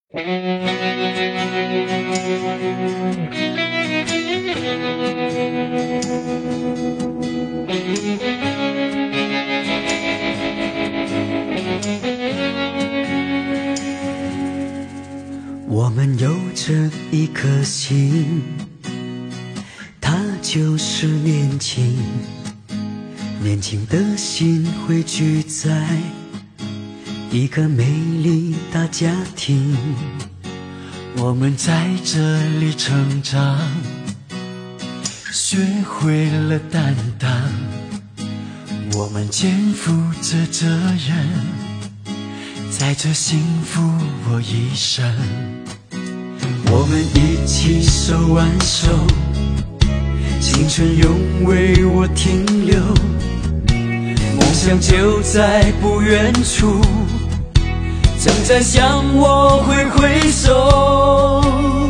我们有着一颗心，它就是年轻，年轻的心汇聚在一个美丽大家庭。 我们在这里成长，学会了担当，我们肩负着责任，在这幸福我一生。 我们一起手挽手，青春永为我停留，梦想就在不远处，正在向我挥挥手。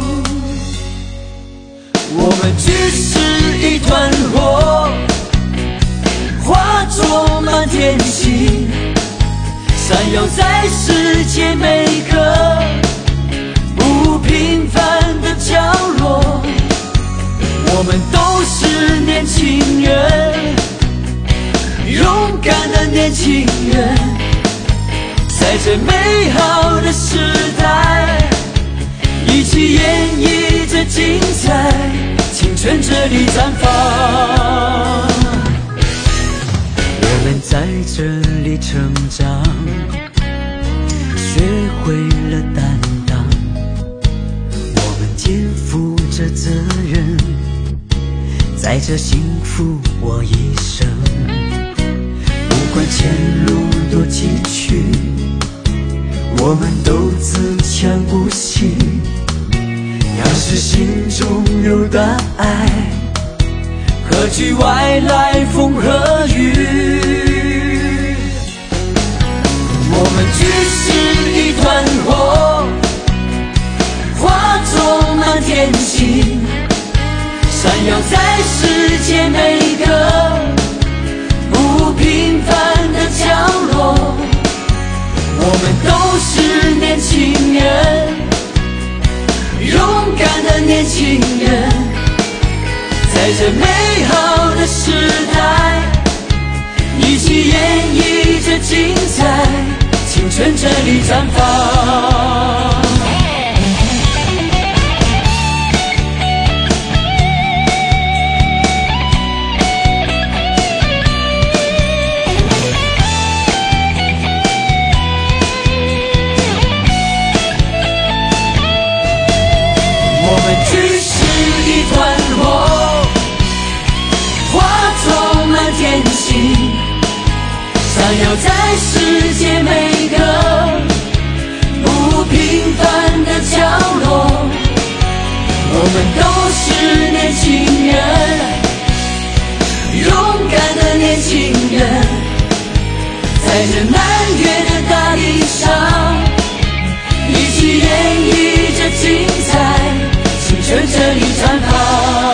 我们只是一团火，化作满天星，闪耀在世界每个不平凡的角落。我们都是年轻人，勇敢的年轻人，在这美好的时代，一起演绎着精彩，青春这里绽放。我们在这里成长，学会了担当，我们肩负着责任，在这幸福我一生。不管前路多崎岖，我们都自强不息。要是心中有大爱，何惧外来风和雨？我们只是一团火，化作满天星，闪耀在世界每个不平凡的角落。我们都是年轻人，勇敢的年轻人，在这美好的时代，一起演绎着精彩，青春这里绽放。只是一团火，化作满天星，闪耀在世界每个不平凡的角落。我们都是年轻人，勇敢的年轻人，在这南岳的大地上，一起演绎着精彩，青春这里绽放。